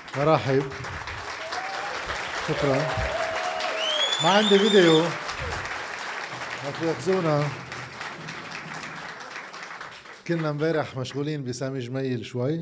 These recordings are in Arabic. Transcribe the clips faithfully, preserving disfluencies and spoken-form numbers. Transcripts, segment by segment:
مرحب. شكرا. ما عندي فيديو، ما تاخذونا. كنا امبارح مشغولين بسامي جميل شوي.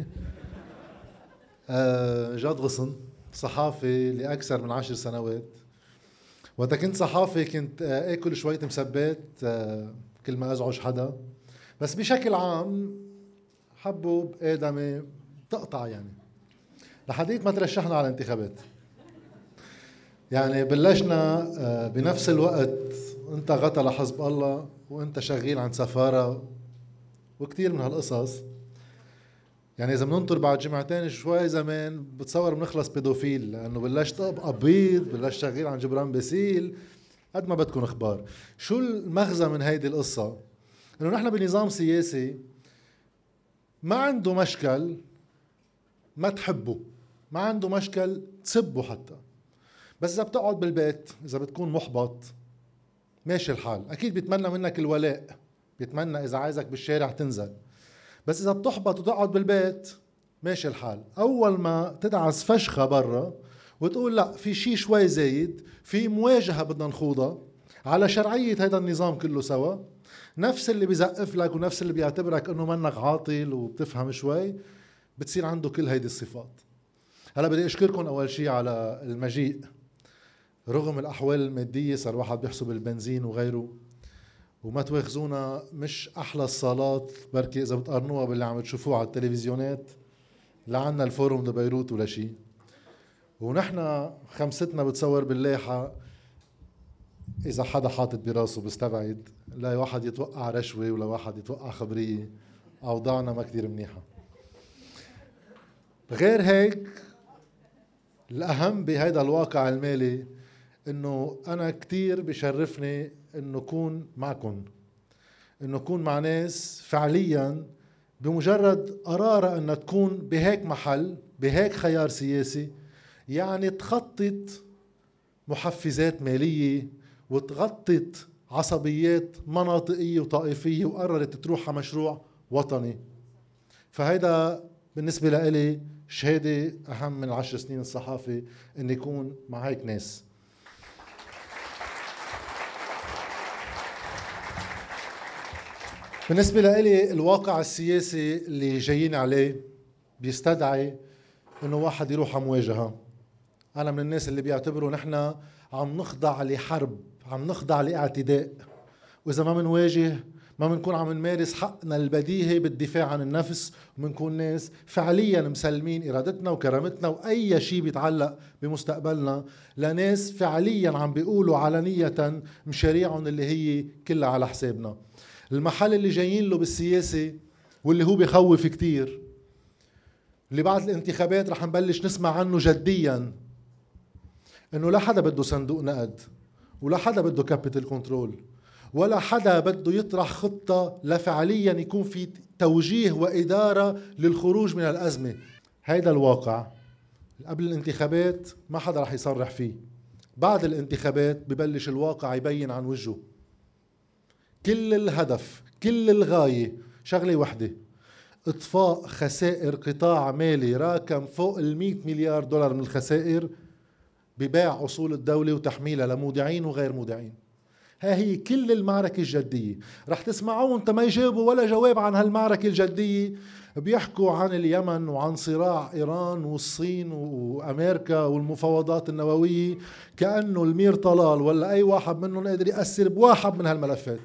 آه جاد غصن صحافي لأكثر من عشر سنوات. وقت كنت صحافي كنت آه اكل شوية مسبات آه كل ما ازعج حدا، بس بشكل عام حبوا بآدمي تقطع يعني لحديت ما ترشحنا على الانتخابات. يعني بلشنا آه بنفس الوقت انت غطى لحزب الله وانت شغيل عند سفارة وكتير من هالقصص. يعني اذا بننطر بعد جمعتين شوي زمان بتصور بنخلص بيدوفيل، لانه بلشت ابقى بيض، بلشت شغيل عن جبران باسيل، قد ما بدكم اخبار. شو المغزى من هيدي القصة؟ انه نحن بنظام سياسي ما عنده مشكل ما تحبه، ما عنده مشكل تسبه حتى، بس اذا بتقعد بالبيت، اذا بتكون محبط ماشي الحال. اكيد بيتمنى منك الولاء، بيتمنى اذا عايزك بالشارع تنزل، بس اذا بتحبط وتقعد بالبيت ماشي الحال. اول ما تدعس فشخه برا وتقول لا في شيء شوي زايد، في مواجهه بدنا نخوضها على شرعيه هذا النظام كله سوا، نفس اللي بيزقف لك ونفس اللي بيعتبرك انه منك عاطل وبتفهم شوي بتصير عنده كل هيدي الصفات. هلا بدي اشكركم اول شيء على المجيء رغم الاحوال الماديه، صار واحد بيحسب البنزين وغيره، وما تواخذونا مش احلى الصالات بركي اذا بتقارنوها باللي عم تشوفوه على التلفزيونات، لا عنا الفورم دو بيروت ولا شيء. ونحن خمستنا بتصور باللايحه، اذا حدا حاطط براسه بستبعد، لا واحد يتوقع رشوه ولا واحد يتوقع خبريه، اوضاعنا ما كثير منيحه. غير هيك الاهم بهذا الواقع المالي انه انا كثير بشرفني انه اكون معكم، انه اكون مع ناس فعليا بمجرد قرارة انها تكون بهيك محل بهيك خيار سياسي، يعني تخطط محفزات مالية وتغطت عصبيات مناطقية وطائفية وقررت تروح على مشروع وطني. فهيدا بالنسبة لإلي شهادة أهم من عشر سنين الصحافة، إن يكون مع هيك ناس. بالنسبة لإلي الواقع السياسي اللي جايين عليه بيستدعي إنه واحد يروح على مواجهة. أنا من الناس اللي بيعتبروا نحن عم نخضع لحرب، عم نخضع لاعتداء، وإذا ما منواجه ما بنكون عم نمارس حقنا البديهي بالدفاع عن النفس، وبنكون ناس فعليا مسلمين إرادتنا وكرامتنا وأي شيء بيتعلق بمستقبلنا لناس فعليا عم بيقولوا علنية مشاريعهم اللي هي كلها على حسابنا. المحل اللي جايين له بالسياسة واللي هو بيخوف كتير، اللي بعد الانتخابات رح نبلش نسمع عنه جديا، انه لا حدا بده صندوق نقد ولا حدا بده كابيتال كنترول ولا حدا بده يطرح خطة لفعليا يكون في توجيه وإدارة للخروج من الأزمة. هيدا الواقع قبل الانتخابات ما حدا رح يصرح فيه، بعد الانتخابات ببلش الواقع يبين عن وجهه. كل الهدف كل الغاية شغلة وحدة، اطفاء خسائر قطاع مالي راكم فوق المئة مليار دولار من الخسائر ببيع أصول الدولة وتحميلها لمودعين وغير مودعين. ها هي كل المعركة الجدية. رح تسمعون انت ما يجاوبوا ولا جواب عن هالمعركة الجدية، بيحكوا عن اليمن وعن صراع إيران والصين وأمريكا والمفاوضات النووية كأنه المير طلال ولا أي واحد منهم قادر يأثر بواحد من هالملفات.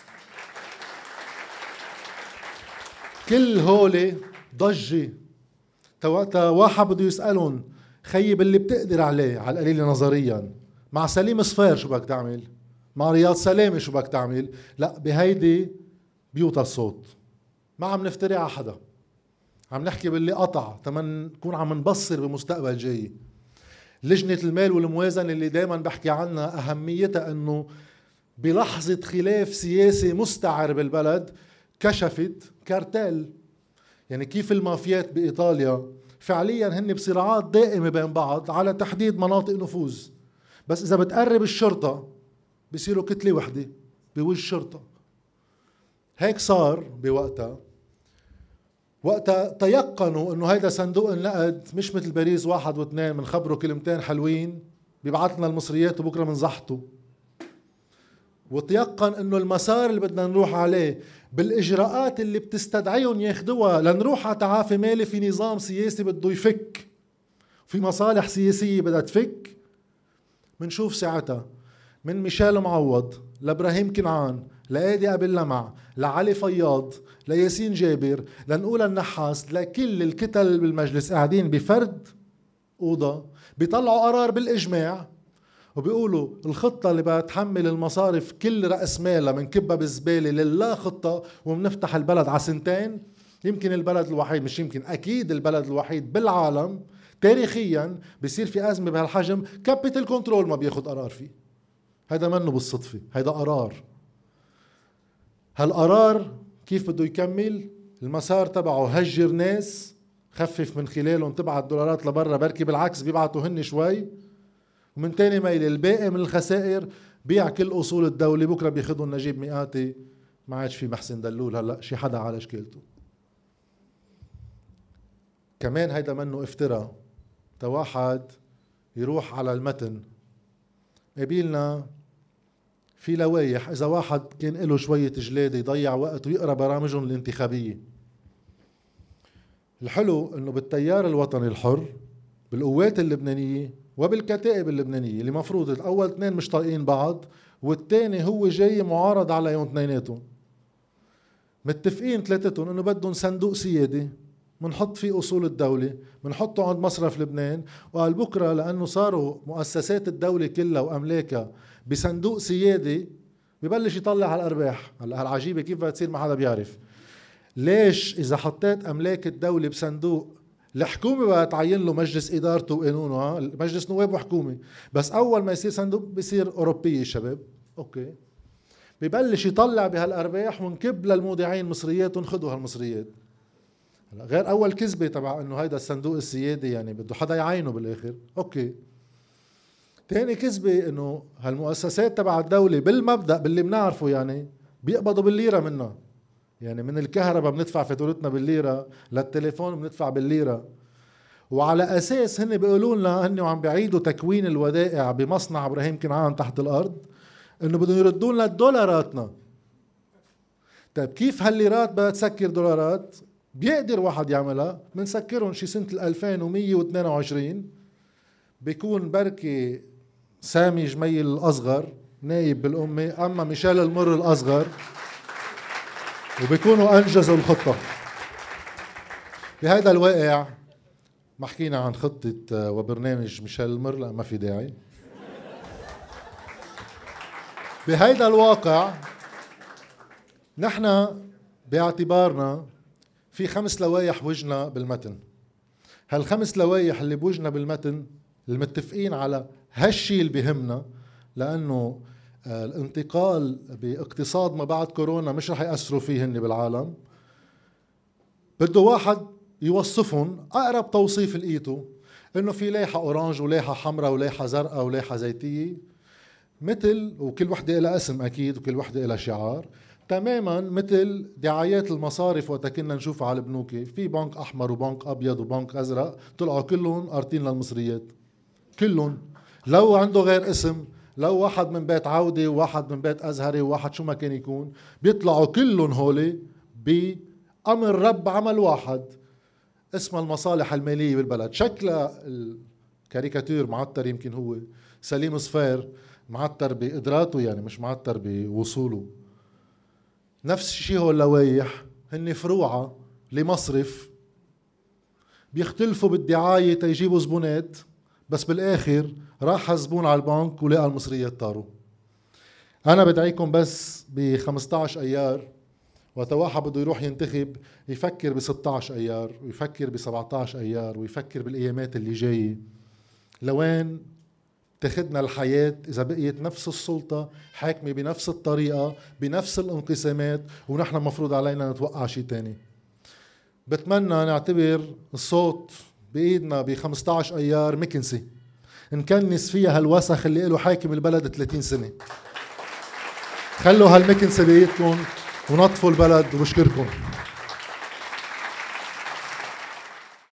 كل هولي ضجة وقتها واحد بده يسألهم خيب اللي بتقدر عليه على القليل نظريا، مع سليم صفير شو بدك تعمل؟ مع رياض سلامة شو بدك تعمل؟ لا بهيدي بيوطى الصوت. ما عم نفتري على حدا، عم نحكي باللي قطع تمن نكون عم نبصر بمستقبل جاي. لجنة المال والموازنة اللي دايما بحكي عنها أهميتها أنه بلحظة خلاف سياسي مستعر بالبلد كشفت كارتيل. يعني كيف المافيات بإيطاليا فعليا هن بصراعات دائمة بين بعض على تحديد مناطق نفوذ، بس إذا بتقرب الشرطة بيصيروا كتلة وحدة بوجه الشرطة. هيك صار بوقتها، وقتها تيقنوا انه هيدا صندوق النقد مش مثل باريس واحد واثنين بنخبره كلمتين حلوين بيبعث لنا المصريات وبكره بنزحطه. وتيقن انه المسار اللي بدنا نروح عليه بالاجراءات اللي بتستدعيهم ياخدوها لنروح على تعافي مالي في نظام سياسي بده يفك، في مصالح سياسيه بدها تفك، منشوف ساعتها من ميشيل معوض لابراهيم كنعان لآدي أبي اللمع لعلي فياض لياسين جابر لنقول النحاس لكل الكتل بالمجلس قاعدين بفرد أوضة بيطلعوا قرار بالإجماع وبيقولوا الخطة اللي بدها تحمل المصارف كل رأس مالها منكبها بالزبالة للا خطة وبنفتح البلد على سنتين. يمكن البلد الوحيد، مش يمكن أكيد البلد الوحيد بالعالم تاريخيا بيصير في أزمة بهالحجم كابيتال كنترول ما بياخد قرار فيه. هيدا منه بالصدفة، هيدا قرار. هالقرار كيف بده يكمل؟ المسار تبعه هجر ناس، خفف من خلالهم تبعت دولارات لبرا، بركي بالعكس بيبعتوا هن شوي، ومن تاني ميل الباقي من الخسائر بيع كل اصول الدولة. بكره بياخذهم نجيب مئاتي، ما عادش في محسن دلول هلا شي حدا على شكلته. كمان هيدا منه افتراء، تا واحد يروح على المتن قابلنا في لوايح اذا واحد كان له شوية جلاد يضيع وقت ويقرا برامجهم الانتخابية. الحلو انه بالتيار الوطني الحر بالقوات اللبنانية وبالكتائب اللبنانية اللي مفروض الاول اثنين مش طايقين بعض والثاني هو جاي معارض عليهم اثنيناتهم، متفقين ثلاثتهم انه بدهم صندوق سيادي منحط فيه اصول الدولة، منحطه عند مصرف لبنان، وقال بكره لانه صاروا مؤسسات الدولة كلها واملاكها بصندوق سيادي ببلش يطلع على الارباح. هلا هالعجيبة كيف بدها تصير ما حدا بيعرف. ليش اذا حطيت املاك الدولة بصندوق الحكومة بدها تعين له مجلس ادارته وقانونه، مجلس نواب وحكومة، بس اول ما يصير صندوق بيصير اوروبية الشباب، اوكي ببلش يطلع بهالارباح ونكب للمودعين مصريات ونخدوا هالمصريات. هلا غير اول كذبة تبع انه هيدا الصندوق السيادي يعني بده حدا يعينه بالاخر، اوكي. تاني كذبة انه هالمؤسسات تبع الدولة بالمبدأ باللي بنعرفه يعني بيقبضوا بالليرة منها، يعني من الكهرباء بندفع فاتورتنا بالليرة، للتليفون بندفع بالليرة، وعلى اساس هن بيقولوا لنا هن وعم بيعيدوا تكوين الودائع بمصنع ابراهيم كنعان تحت الارض انه بدهم يردوا لنا دولاراتنا. طيب كيف هالليرات بدها تسكر دولارات؟ بيقدر واحد يعملها، بنسكرهم شي سنة ألفين ومية واثنين وعشرين، بيكون بركي سامي جميل الأصغر نايب بالأمة، أما ميشيل المر الأصغر، وبيكونوا أنجزوا الخطة. بهذا الواقع ما حكينا عن خطة وبرنامج ميشيل المر، لا ما في داعي. بهذا الواقع نحن باعتبارنا في خمس لوايح وجنا بالمتن. هالخمس لوايح اللي بوجنا بالمتن المتفقين على هالشي اللي بهمنا، لأنه الانتقال باقتصاد ما بعد كورونا مش رح يأثروا فيه هن بالعالم، بده واحد يوصفهم أقرب توصيف لقيته إنه في لايحة أورانج ولايحة حمراء ولايحة زرقاء ولايحة زيتية، مثل وكل وحدة لها اسم أكيد وكل وحدة لها شعار، تماما مثل دعايات المصارف وقت كنا نشوفها على البنوك، في بنك أحمر وبنك أبيض وبنك أزرق، طلعوا كلهم قارتين للمصريات كلهم، لو عنده غير اسم، لو واحد من بيت عودة وواحد من بيت أزهري وواحد شو ما كان يكون، بيطلعوا كلهم هولي بأمر رب عمل واحد اسمه المصالح المالية بالبلد. شكل الكاريكاتير معتر، يمكن هو سليم صفير معتر بقدراته يعني مش معتر بوصوله. نفس الشيء هو اللوايح، هن فروعة لمصرف بيختلفوا بالدعاية تيجيبوا زبونات، بس بالآخر راح الزبون على البنك ولقى المصريات طاروا. أنا بدعيكم بس ب خمسطعش أيار وقت واحد بده يروح ينتخب يفكر ب ستطعش أيار ويفكر ب سبعطعش أيار ويفكر بالأيامات اللي جاية، لوين تاخدنا الحياة إذا بقيت نفس السلطة حاكمة بنفس الطريقة بنفس الانقسامات ونحن مفروض علينا نتوقع شيء تاني. بتمنى نعتبر الصوت بإيدنا ب خمسطعش أيار مكنسي نكنس فيها هالوسخ اللي له حاكم البلد ثلاثين سنة. خلوا هالمكنسة بإيدكم ونطفوا البلد، وبشكركم.